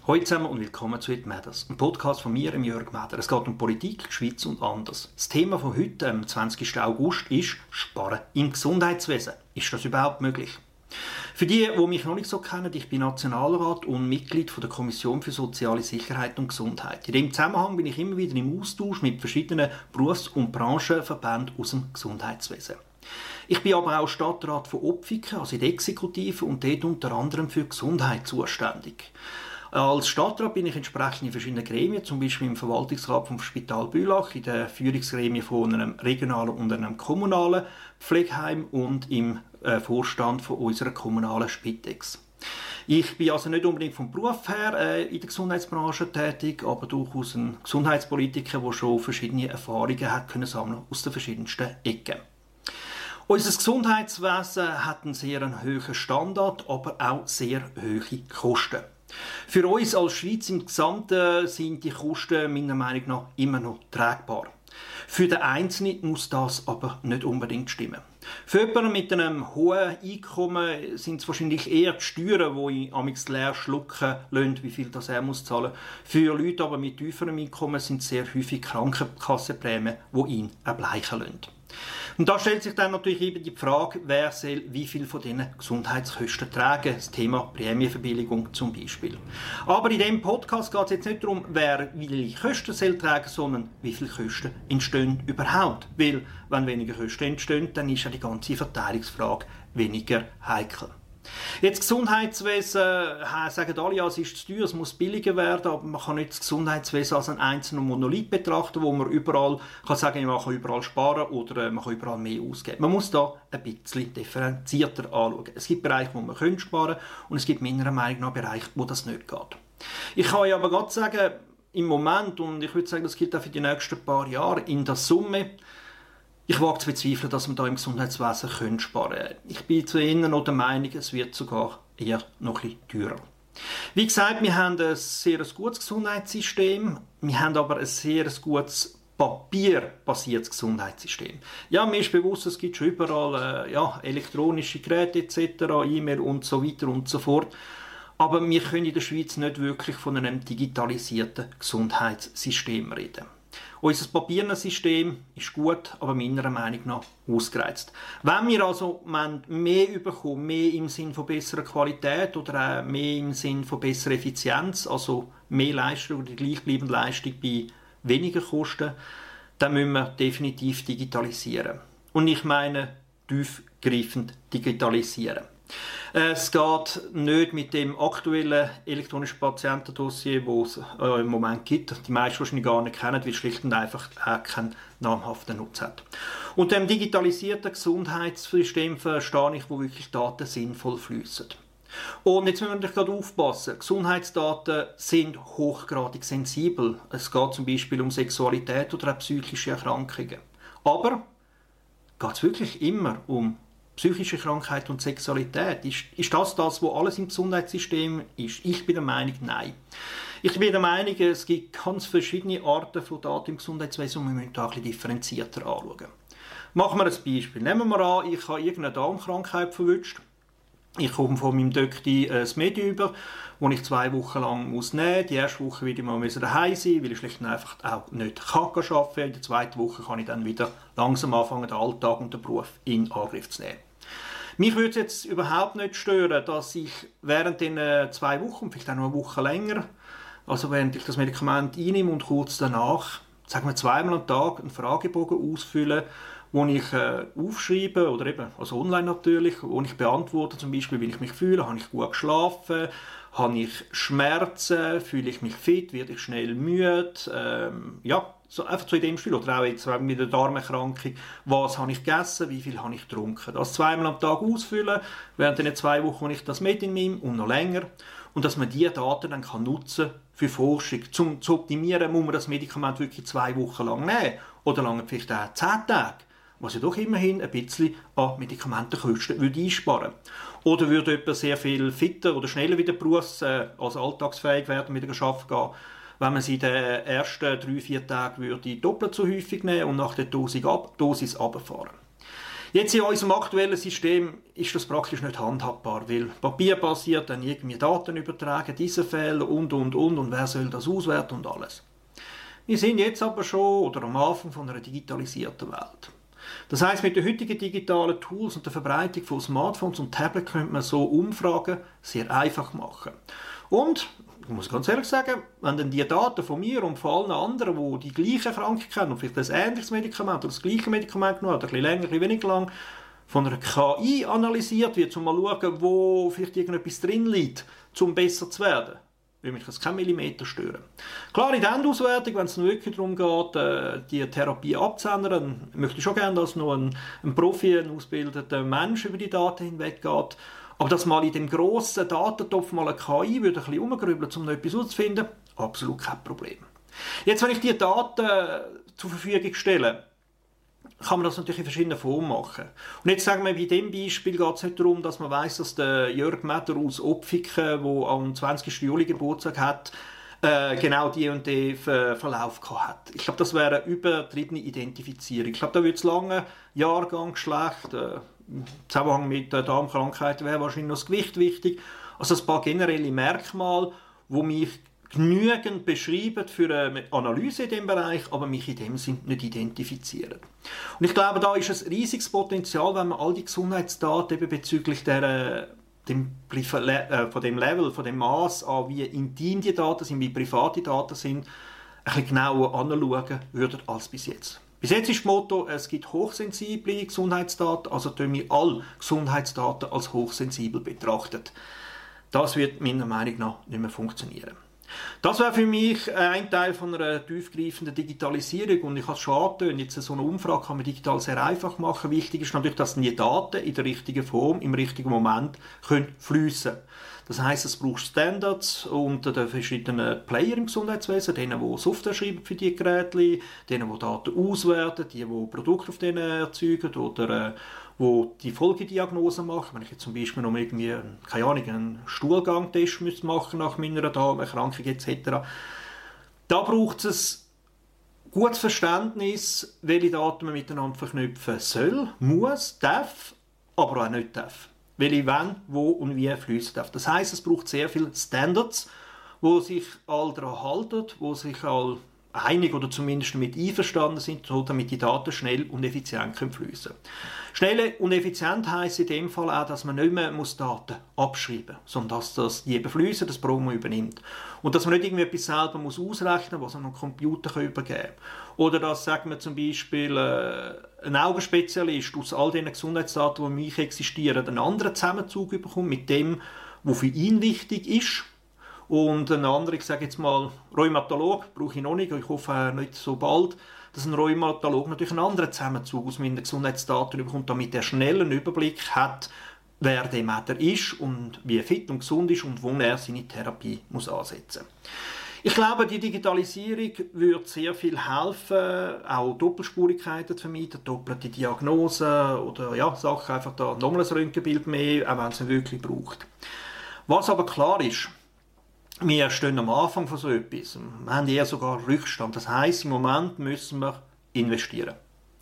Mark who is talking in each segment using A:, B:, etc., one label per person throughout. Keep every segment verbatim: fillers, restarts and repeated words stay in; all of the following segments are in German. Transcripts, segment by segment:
A: Hallo zusammen und willkommen zu «It Matters», einem Podcast von mir, Jörg Meder. Es geht um Politik, Schweiz und anders. Das Thema von heute, am zwanzigsten August, ist Sparen im Gesundheitswesen. Ist das überhaupt möglich? Für die, die mich noch nicht so kennen, ich bin Nationalrat und Mitglied der Kommission für Soziale Sicherheit und Gesundheit. In diesem Zusammenhang bin ich immer wieder im Austausch mit verschiedenen Berufs- und Branchenverbänden aus dem Gesundheitswesen. Ich bin aber auch Stadtrat von Opfiken, also in der Exekutive, und dort unter anderem für Gesundheit zuständig. Als Stadtrat bin ich entsprechend in verschiedenen Gremien, zum Beispiel im Verwaltungsrat vom Spital Bülach, in der Führungsgremien von einem regionalen und einem kommunalen Pflegeheim und im äh, Vorstand von unserer kommunalen Spitex. Ich bin also nicht unbedingt vom Beruf her äh, in der Gesundheitsbranche tätig, aber durchaus ein Gesundheitspolitiker, der schon verschiedene Erfahrungen hat können sammeln aus den verschiedensten Ecken. Unser Gesundheitswesen hat einen sehr hohen Standard, aber auch sehr hohe Kosten. Für uns als Schweiz im Gesamten sind die Kosten meiner Meinung nach immer noch tragbar. Für den Einzelnen muss das aber nicht unbedingt stimmen. Für jemanden mit einem hohen Einkommen sind es wahrscheinlich eher die Steuern, die amigs leer schlucken lassen, wie viel das er muss zahlen. Für Leute aber mit tieferem Einkommen sind es sehr häufig Krankenkassenprämien, die ihn erbleichen lassen. Und da stellt sich dann natürlich eben die Frage, wer soll wie viel von diesen Gesundheitskosten tragen. Das Thema Prämienverbilligung zum Beispiel. Aber in diesem Podcast geht es jetzt nicht darum, wer welche Kosten soll tragen, sondern wie viele Kosten entstehen überhaupt. Weil, wenn weniger Kosten entstehen, dann ist ja die ganze Verteilungsfrage weniger heikel. Jetzt Gesundheitswesen, äh, sagen alle, ja, es ist zu teuer, es muss billiger werden, aber man kann nicht das Gesundheitswesen als einen einzelnen Monolith betrachten, wo man überall kann sagen, man kann überall sparen oder äh, man kann überall mehr ausgeben. Man muss da ein bisschen differenzierter anschauen. Es gibt Bereiche, wo man können sparen und es gibt meiner Meinung nach Bereiche, wo das nicht geht. Ich kann ja aber gerade sagen, im Moment, und ich würde sagen, das gilt auch für die nächsten paar Jahre, in der Summe, ich wage zu bezweifeln, dass wir da im Gesundheitswesen sparen können. Ich bin zu Ihnen noch der Meinung, es wird sogar eher noch ein bisschen teurer. Wie gesagt, wir haben ein sehr gutes Gesundheitssystem, wir haben aber ein sehr gutes papierbasiertes Gesundheitssystem. Ja, mir ist bewusst, es gibt schon überall äh, ja, elektronische Geräte et cetera, E-Mail und so weiter und so fort. Aber wir können in der Schweiz nicht wirklich von einem digitalisierten Gesundheitssystem reden. Unser Papiersystem ist gut, aber meiner Meinung nach ausgereizt. Wenn wir also mehr bekommen, mehr im Sinn von besserer Qualität oder auch mehr im Sinn von besserer Effizienz, also mehr Leistung oder die gleichbleibende Leistung bei weniger Kosten, dann müssen wir definitiv digitalisieren. Und ich meine tiefgreifend digitalisieren. Es geht nicht mit dem aktuellen elektronischen Patientendossier, das es äh, im Moment gibt. Die meisten wahrscheinlich gar nicht kennen, weil es schlicht und einfach auch keinen namhaften Nutzen hat. Unter dem digitalisierten Gesundheitssystem verstehe ich, wo wirklich Daten sinnvoll fließen. Und jetzt müssen wir natürlich gerade aufpassen. Gesundheitsdaten sind hochgradig sensibel. Es geht zum Beispiel um Sexualität oder auch psychische Erkrankungen. Aber geht es wirklich immer um psychische Krankheit und Sexualität? Ist, ist das das, was alles im Gesundheitssystem ist? Ich bin der Meinung, nein. Ich bin der Meinung, es gibt ganz verschiedene Arten von Daten im Gesundheitswesen und wir müssen da ein bisschen differenzierter anschauen. Machen wir ein Beispiel. Nehmen wir an, ich habe irgendeine Darmkrankheit verwünscht. Ich komme von meinem Doktor ein Medium über, das ich zwei Wochen lang muss nehmen muss. Die erste Woche werde ich mal daheim sein, weil ich schlicht und einfach auch nicht arbeiten kann. In der zweiten Woche kann ich dann wieder langsam anfangen, den Alltag und den Beruf in Angriff zu nehmen. Mich würde es jetzt überhaupt nicht stören, dass ich während den zwei Wochen, vielleicht auch noch eine Woche länger, also während ich das Medikament einnehme und kurz danach, sagen wir zweimal am Tag, einen Fragebogen ausfülle, wo ich äh, aufschreibe, oder eben, also online natürlich, wo ich beantworte zum Beispiel, wie ich mich fühle, habe ich gut geschlafen, habe ich Schmerzen, fühle ich mich fit, werde ich schnell müde, ähm, ja, so einfach so in dem Stil. Oder auch jetzt mit der Darmerkrankung, was habe ich gegessen, wie viel habe ich getrunken. Das zweimal am Tag ausfüllen, während den zwei Wochen, wo ich das mit in nehme und noch länger. Und dass man diese Daten dann kann nutzen für Forschung. Zum zu optimieren, muss man das Medikament wirklich zwei Wochen lang nehmen. Oder lange vielleicht auch zehn Tage. Was ja doch immerhin ein bisschen an Medikamentenkosten würde einsparen. Oder würde jemand sehr viel fitter oder schneller wieder berufs-, äh, also alltagsfähig werden, wieder arbeiten gehen, wenn man sie in den ersten drei, vier Tagen würde doppelt so häufig nehmen und nach der Dosis, ab, Dosis runterfahren. Jetzt in unserem aktuellen System ist das praktisch nicht handhabbar, weil papierbasiert dann irgendwie Daten übertragen, diese Fälle und, und, und, und wer soll das auswerten und alles. Wir sind jetzt aber schon oder am Anfang von einer digitalisierten Welt. Das heisst, mit den heutigen digitalen Tools und der Verbreitung von Smartphones und Tablets könnte man so Umfragen sehr einfach machen. Und, ich muss ganz ehrlich sagen, wenn dann die Daten von mir und von allen anderen, die die gleiche Erkrankung kennen und vielleicht ein ähnliches Medikament oder das gleiche Medikament genommen haben, ein bisschen länger, ein bisschen weniger lang, von einer K I analysiert wird, um mal zu schauen, wo vielleicht irgendetwas drin liegt, um besser zu werden, will mich das keinen Millimeter stören. Klar, in der Endauswertung, wenn es wirklich darum geht, die Therapie abzuändern, möchte ich schon gerne, dass noch ein, ein Profi, ein ausgebildeter Mensch über die Daten hinweg geht. Aber dass mal in dem grossen Datentopf mal eine K I würde ein bisschen rumgrübeln, um noch etwas herauszufinden, absolut kein Problem. Jetzt, wenn ich die Daten zur Verfügung stelle, kann man das natürlich in verschiedenen Formen machen. Und jetzt sagen wir, bei diesem Beispiel geht es nicht darum, dass man weiss, dass der Jörg Meder aus Opfiken, der am zwanzigsten Juli Geburtstag hat, äh, genau die und den Verlauf gehabt hat. Ich glaube, das wäre eine übertriebene Identifizierung. Ich glaube, da würde es lange Jahrgang, Geschlecht, äh, im Zusammenhang mit äh, Darmkrankheiten wäre wahrscheinlich noch das Gewicht wichtig. Also ein paar generelle Merkmale, die mich genügend beschreiben für eine Analyse in diesem Bereich, aber mich in dem Sinne nicht identifizieren. Und ich glaube, da ist ein riesiges Potenzial, wenn man all die Gesundheitsdaten eben bezüglich der, dem, äh, von dem Level, von dem Maß an, wie intim die Daten sind, wie privat die Daten sind, ein bisschen genauer anschauen würden als bis jetzt. Bis jetzt ist das Motto, es gibt hochsensible Gesundheitsdaten, also tun wir alle Gesundheitsdaten als hochsensibel betrachtet. Das wird meiner Meinung nach nicht mehr funktionieren. Das wäre für mich ein Teil von einer tiefgreifenden Digitalisierung und ich habe es schon angetönt, jetzt so eine Umfrage kann man digital sehr einfach machen. Wichtig ist natürlich, dass die Daten in der richtigen Form, im richtigen Moment fließen können. Das heisst, es braucht Standards unter den verschiedenen Player im Gesundheitswesen, denen, die Software schreiben für die Geräte, denen, die Daten auswerten, die, die Produkte auf denen erzeugen oder äh, wo die Folgediagnosen machen. Wenn ich jetzt zum Beispiel noch irgendwie, keine Ahnung, einen Stuhlgangtest müsste machen nach meiner Darmerkrankung et cetera. Da braucht es gutes Verständnis, welche Daten man miteinander verknüpfen soll, muss, darf, aber auch nicht darf. Welche wann, wo und wie fließen darf. Das heisst, es braucht sehr viele Standards, wo sich alle daran halten, wo sich alle einig oder zumindest damit einverstanden sind, so damit die Daten schnell und effizient fließen können. Schnell und effizient heisst in dem Fall auch, dass man nicht mehr muss Daten abschreiben muss, sondern dass das die befließen, das Programm übernimmt. Und dass man nicht irgendwie etwas selber muss ausrechnen muss, was man am Computer übergeben kann. Oder dass, sagen wir zum Beispiel, äh, ein Augenspezialist aus all den Gesundheitsdaten, die für mich existieren, einen anderen Zusammenzug bekommt mit dem, was für ihn wichtig ist. Und ein anderer, ich sage jetzt mal, Rheumatolog, brauche ich noch nicht, ich hoffe nicht so bald, dass ein Rheumatolog natürlich einen anderen Zusammenzug aus meinen Gesundheitsdaten bekommt, damit er schnell einen Überblick hat, wer der Meder ist und wie fit und gesund ist und wo er seine Therapie muss ansetzen muss. Ich glaube, die Digitalisierung würde sehr viel helfen, auch Doppelspurigkeiten zu vermeiden, doppelte Diagnosen oder ja, Sachen einfach da nochmal ein Röntgenbild mehr, auch wenn es wirklich braucht. Was aber klar ist, wir stehen am Anfang von so etwas. Wir haben eher sogar Rückstand. Das heisst, im Moment müssen wir investieren.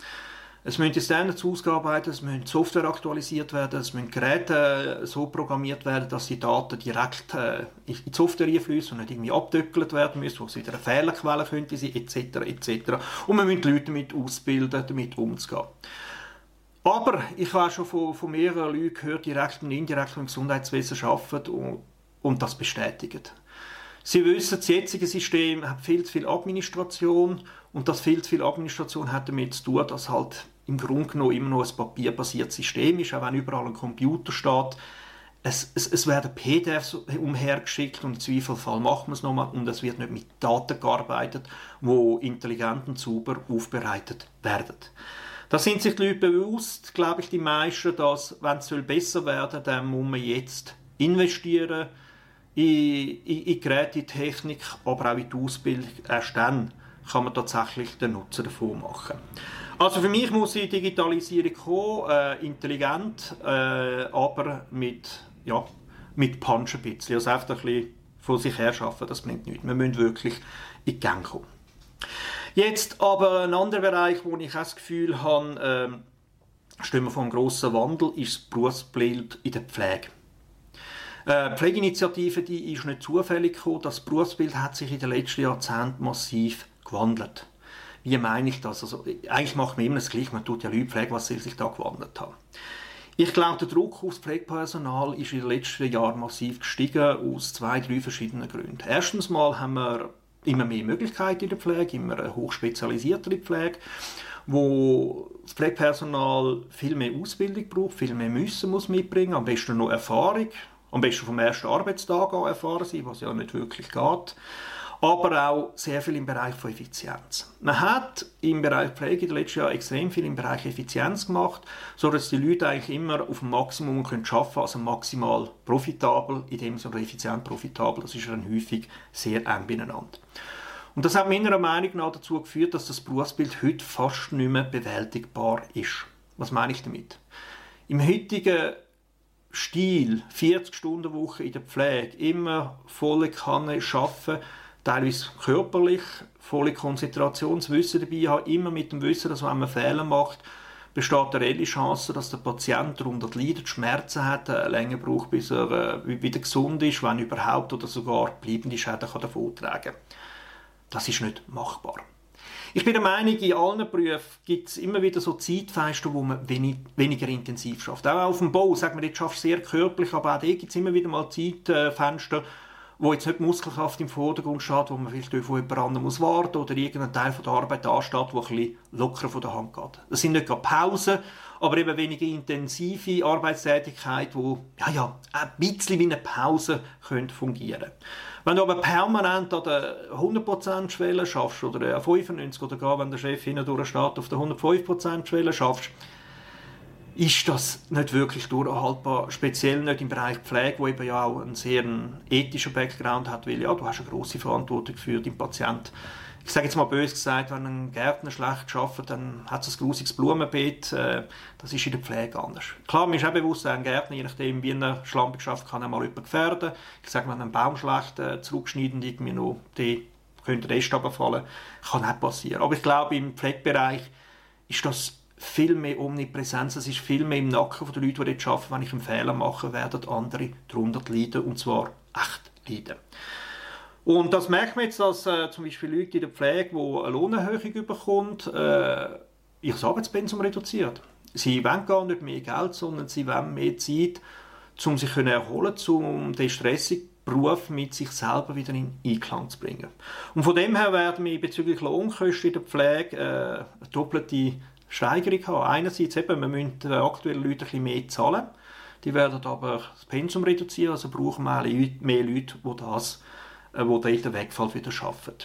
A: Es müssen die Standards ausgearbeitet werden, es müssen Software aktualisiert werden, es müssen Geräte so programmiert werden, dass die Daten direkt äh, in die Software einfließen und nicht irgendwie abdöckelt werden müssen, wo es wieder eine Fehlerquelle könnte sein, et cetera et cetera. Und wir müssen die Leute damit ausbilden, damit umzugehen. Aber ich habe schon von, von mehreren Leuten gehört, die direkt und indirekt im Gesundheitswesen arbeiten und, und das bestätigen. Sie wissen, das jetzige System hat viel zu viel Administration und das viel zu viel Administration hat damit zu tun, dass halt im Grunde genommen immer noch ein papierbasiertes System ist, auch wenn überall ein Computer steht. Es, es, es werden P D Fs umhergeschickt und im Zweifelfall machen wir es nochmal und es wird nicht mit Daten gearbeitet, die intelligent und sauber aufbereitet werden. Da sind sich die Leute bewusst, glaube ich, die meisten, dass, wenn es besser werden soll, dann muss man jetzt investieren, In, in, in Geräte, in Technik, aber auch in die Ausbildung. Erst dann kann man tatsächlich den Nutzen davon machen. Also für mich muss die Digitalisierung kommen, äh, intelligent, äh, aber mit, ja, mit Punch ein bisschen. Also einfach ein bisschen von sich her schaffen, das bringt nichts. Wir müssen wirklich in die Gänge kommen. Jetzt aber ein anderer Bereich, wo ich auch das Gefühl habe, äh, stehen wir vor einem grossen Wandel, ist das Berufsbild in der Pflege. Äh, die Pflegeinitiative die ist nicht zufällig gekommen. Das Berufsbild hat sich in den letzten Jahrzehnten massiv gewandelt. Wie meine ich das? Also, eigentlich macht man immer das Gleiche. Man tut ja Leute pflegen, was sie sich da gewandelt haben. Ich glaube, der Druck auf das Pflegepersonal ist in den letzten Jahren massiv gestiegen, aus zwei, drei verschiedenen Gründen. Erstens mal haben wir immer mehr Möglichkeiten in der Pflege, immer eine hochspezialisiertere Pflege, wo das Pflegepersonal viel mehr Ausbildung braucht, viel mehr Müssen muss mitbringen, am besten noch Erfahrung, am besten vom ersten Arbeitstag an erfahren sein, was ja nicht wirklich geht. Aber auch sehr viel im Bereich von Effizienz. Man hat im Bereich Pflege in den letzten Jahren extrem viel im Bereich Effizienz gemacht, sodass die Leute eigentlich immer auf dem Maximum arbeiten können, also maximal profitabel, in dem Sinne effizient profitabel. Das ist dann häufig sehr eng beieinander. Und das hat meiner Meinung nach dazu geführt, dass das Berufsbild heute fast nicht mehr bewältigbar ist. Was meine ich damit? Im heutigen Stil, vierzig-Stunden-Woche in der Pflege, immer volle Kanne arbeiten, teilweise körperlich, volle Konzentrationswissen dabei haben, immer mit dem Wissen, dass wenn man Fehler macht, besteht eine reelle Chance, dass der Patient darunter leidet, Schmerzen hat, länger braucht, bis er äh, wieder gesund ist, wenn überhaupt, oder sogar bleibende Schäden kann davontragen kann. Das ist nicht machbar. Ich bin der Meinung, in allen Berufen gibt es immer wieder so Zeitfenster, wo man wenig, weniger intensiv schafft. Auch auf dem Bau, sagen wir, jetzt schaffst du sehr körperlich, aber auch da gibt es immer wieder mal Zeitfenster, wo jetzt nicht Muskelkraft im Vordergrund steht, wo man vielleicht auf jemand anderen muss warten oder irgendein Teil von der Arbeit ansteht, der ein bisschen lockerer von der Hand geht. Das sind nicht gerade Pausen, aber eben weniger intensive Arbeitstätigkeit, die ja, ja, ein bisschen wie eine Pause könnte fungieren. Wenn du aber permanent an der hundert Prozent Schwelle schaffst oder an fünfundneunzig oder gar wenn der Chef hindurch steht, auf der hundertfünf Prozent Schwelle schaffst, ist das nicht wirklich durchhaltbar, speziell nicht im Bereich Pflege, wo eben ja auch einen sehr ethischen Background hat, weil ja, du hast eine grosse Verantwortung für den Patienten. Ich sage jetzt mal böse gesagt, wenn ein Gärtner schlecht arbeitet, dann hat es ein grusiges Blumenbeet. Das ist in der Pflege anders. Klar, mir ist auch bewusst, ein Gärtner, je nachdem wie er schlampig schafft, kann er mal jemanden gefährden. Ich sage, wenn ein Baum schlecht äh, zurückschneidet und irgendwie noch die könnte der Rest runterfallen, kann auch passieren. Aber ich glaube, im Pflegebereich ist das viel mehr Omnipräsenz, es ist viel mehr im Nacken der Leute, die dort arbeiten. Wenn ich einen Fehler mache, werden andere darunter leiden, und zwar echt leiden. Und das merkt man jetzt, dass äh, zum Beispiel Leute in der Pflege, die eine Lohnerhöhung bekommen, äh, ihr Arbeitspensum reduziert. Sie wollen gar nicht mehr Geld, sondern sie wollen mehr Zeit, um sich zu erholen, um den stressigen Beruf mit sich selber wieder in Einklang zu bringen. Und von dem her werden wir bezüglich Lohnkosten in der Pflege äh, eine doppelte Steigerung haben. Einerseits eben, wir müssen den aktuellen Leuten ein bisschen mehr zahlen. Die werden aber das Pensum reduzieren, also brauchen wir mehr Leute, die das, äh, wo der Wegfall wieder arbeiten.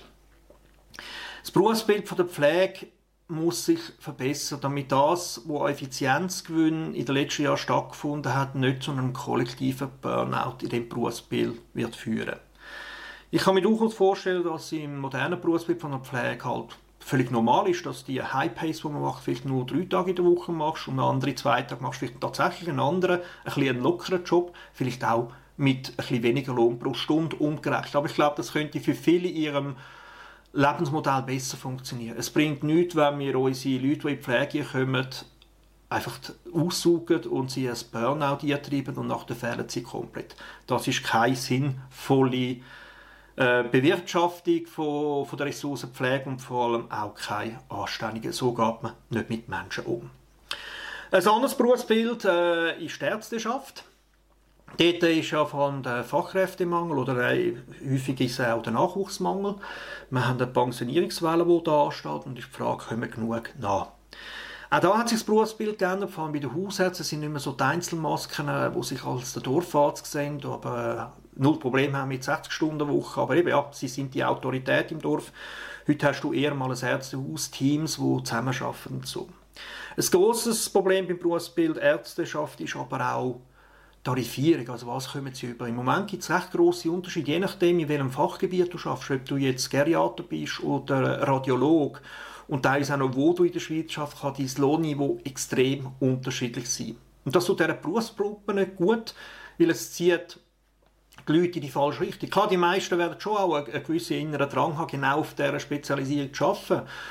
A: Das Berufsbild von der Pflege muss sich verbessern, damit das, was Effizienzgewinn in den letzten Jahren stattgefunden hat, nicht zu einem kollektiven Burnout in dem Berufsbild wird führen. Ich kann mir durchaus vorstellen, dass im modernen Berufsbild von der Pflege halt völlig normal ist, dass die High Pace, die man macht, vielleicht nur drei Tage in der Woche machst und einen anderen zwei Tage machst, vielleicht tatsächlich einen anderen, ein bisschen einen lockeren Job, vielleicht auch mit ein bisschen weniger Lohn pro Stunde umgerechnet. Aber ich glaube, das könnte für viele in ihrem Lebensmodell besser funktionieren. Es bringt nichts, wenn wir unsere Leute, die in die Pflege kommen, einfach aussaugen und sie ein Burnout eintreiben und nach der fehlen sie komplett. Das ist keine sinnvolle äh, Bewirtschaftung von, von der Ressourcenpflege und vor allem auch keine anständige. So geht man nicht mit Menschen um. Ein anderes Berufsbild äh, ist die Ärzteschaft. Dort ist ja vor allem der Fachkräftemangel oder häufig ist auch der Nachwuchsmangel. Wir haben eine Pensionierungswelle, die da ansteht, und ist die Frage, kommen wir genug nach? Auch da hat sich das Berufsbild geändert, vor allem bei den Hausärzten sind nicht mehr so die Einzelmasken, die sich als der Dorfarzt sehen, aber null Problem haben mit sechzig Stunden Woche. Aber eben, ja, sie sind die Autorität im Dorf. Heute hast du eher mal ein Ärztehaus, Teams, die zusammenarbeiten und so. Ein grosses Problem beim Berufsbild Ärzteschaft ist aber auch Tarifierung, also was kommen sie über? Im Moment gibt es recht grosse Unterschiede, je nachdem, in welchem Fachgebiet du arbeitest, ob du jetzt Geriater bist oder Radiolog und teilweise auch noch, wo du in der Schweiz arbeitest, kann dein Lohnniveau extrem unterschiedlich sein. Und das tut dieser Berufsgruppe nicht gut, weil es zieht die Leute in die falsche Richtung. Klar, die meisten werden schon auch einen gewissen inneren Drang haben, genau auf dieser Spezialisierung zu arbeiten.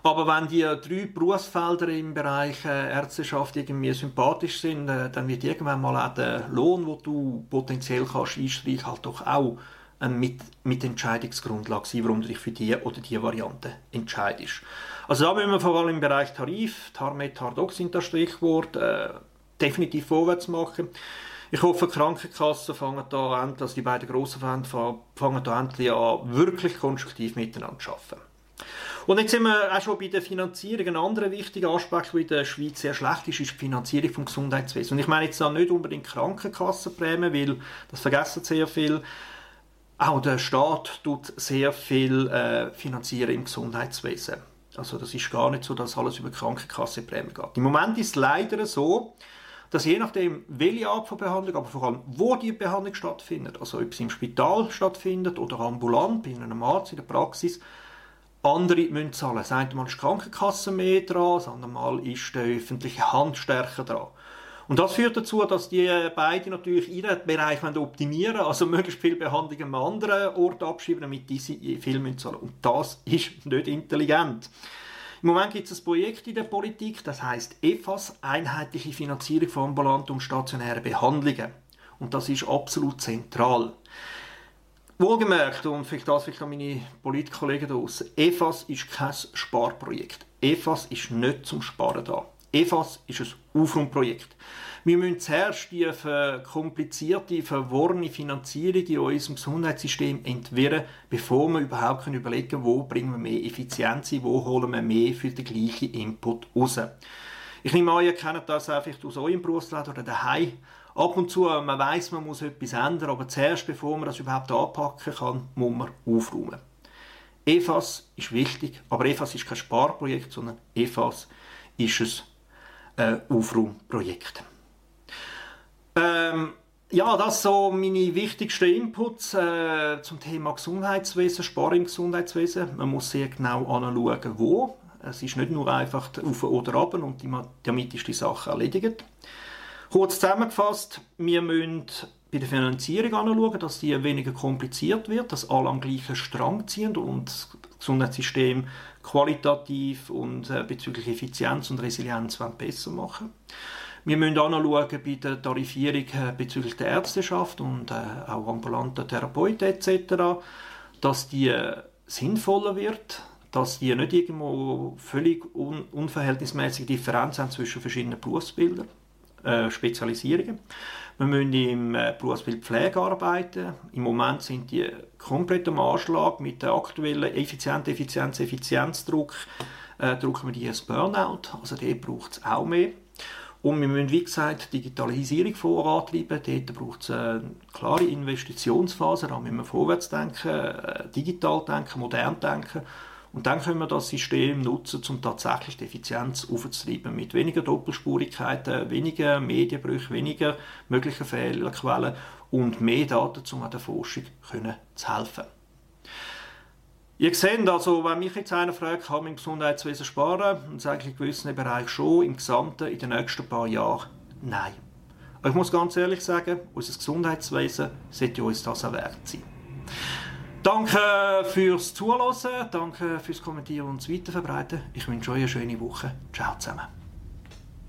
A: Aber wenn die drei Berufsfelder im Bereich äh, Ärzteschaft irgendwie sympathisch sind, äh, dann wird irgendwann mal auch der Lohn, den du potenziell kannst einstreichen, halt doch auch eine mit, mit Entscheidungsgrundlage sein, warum du dich für die oder die Variante entscheidest. Also da müssen wir vor allem im Bereich Tarif, TARMED, TARDOC sind das Stichwort, äh, definitiv vorwärts machen. Ich hoffe, die Krankenkassen fangen da an, dass die beiden grossen Verbände fangen da endlich an, wirklich konstruktiv miteinander zu arbeiten. Und jetzt sind wir auch schon bei der Finanzierung. Ein anderer wichtiger Aspekt, der in der Schweiz sehr schlecht ist, ist die Finanzierung des Gesundheitswesens. Und ich meine jetzt da nicht unbedingt Krankenkassenprämien, weil das vergessen sehr viel. Auch der Staat tut sehr viel äh, finanzieren im Gesundheitswesen. Also das ist gar nicht so, dass alles über Krankenkassenprämien geht. Im Moment ist es leider so, dass je nachdem, welche Art von Behandlung, aber vor allem, wo die Behandlung stattfindet, also ob sie im Spital stattfindet oder ambulant, bei einem Arzt in der Praxis, andere müssen zahlen. Das eine Mal ist die Krankenkasse mehr dran, das andere Mal ist der öffentliche Hand stärker dran. Und das führt dazu, dass die beiden natürlich ihren Bereich optimieren wollen, also möglichst viele Behandlungen an anderen Orten abschieben, damit diese viel zahlen müssen. Und das ist nicht intelligent. Im Moment gibt es ein Projekt in der Politik, das heisst E F A S, einheitliche Finanzierung von ambulanten und stationären Behandlungen. Und das ist absolut zentral. Wohlgemerkt, und vielleicht das vielleicht an meine Politkollegen draussen, E F A S ist kein Sparprojekt. E F A S ist nicht zum Sparen da. E F A S ist ein Aufräumprojekt. Wir müssen zuerst die komplizierte, verworrene Finanzierung in unserem Gesundheitssystem entwirren, bevor wir überhaupt überlegen können, wo bringen wir mehr Effizienz ein, wo holen wir mehr für den gleichen Input raus. Ich nehme an, ihr kennt das einfach aus eurem Berufsleben oder daheim. Ab und zu, man weiss, man muss etwas ändern, aber zuerst, bevor man das überhaupt anpacken kann, muss man aufräumen. E F A S ist wichtig, aber E F A S ist kein Sparprojekt, sondern E F A S ist ein äh, Aufräumprojekt. Ähm, ja, das sind so meine wichtigsten Inputs äh, zum Thema Gesundheitswesen, Sparen im Gesundheitswesen. Man muss sehr genau anschauen, wo. Es ist nicht nur einfach auf oder ab und damit ist die Sache erledigt. Kurz zusammengefasst, wir müssen bei der Finanzierung anschauen, dass die weniger kompliziert wird, dass alle am gleichen Strang ziehen und das Gesundheitssystem qualitativ und äh, bezüglich Effizienz und Resilienz besser machen. Wir müssen anschauen bei der Tarifierung äh, bezüglich der Ärzteschaft und äh, auch ambulanten Therapeuten et cetera, dass die äh, sinnvoller wird, dass die nicht irgendwo völlig un unverhältnismäßige Differenzen haben zwischen verschiedenen Berufsbildern. Äh, Spezialisierungen. Wir müssen im äh, Berufsbild Pflege arbeiten. Im Moment sind die komplett am Anschlag mit der aktuellen Effizienz, Effizienz, Effizienzdruck. Äh, drucken wir die als Burnout. Also dort braucht es auch mehr. Und wir müssen, wie gesagt, Digitalisierung vorantreiben. Dort braucht es eine klare Investitionsphase. Da müssen wir vorwärts denken, äh, digital denken, modern denken. Und dann können wir das System nutzen, um tatsächlich die Effizienz aufzutreiben. Mit weniger Doppelspurigkeiten, weniger Medienbrüchen, weniger möglichen Fehlerquellen und mehr Daten, um an der Forschung können zu helfen. Ihr seht also, wenn mich jetzt einer fragt, kann man im Gesundheitswesen sparen, dann sage ich in gewissen Bereichen schon, im Gesamten in den nächsten paar Jahren nein. Aber ich muss ganz ehrlich sagen, unser Gesundheitswesen sollte uns das auch wert sein. Danke fürs Zuhören, danke fürs Kommentieren und das Weiterverbreiten. Ich wünsche euch eine schöne Woche. Ciao zusammen.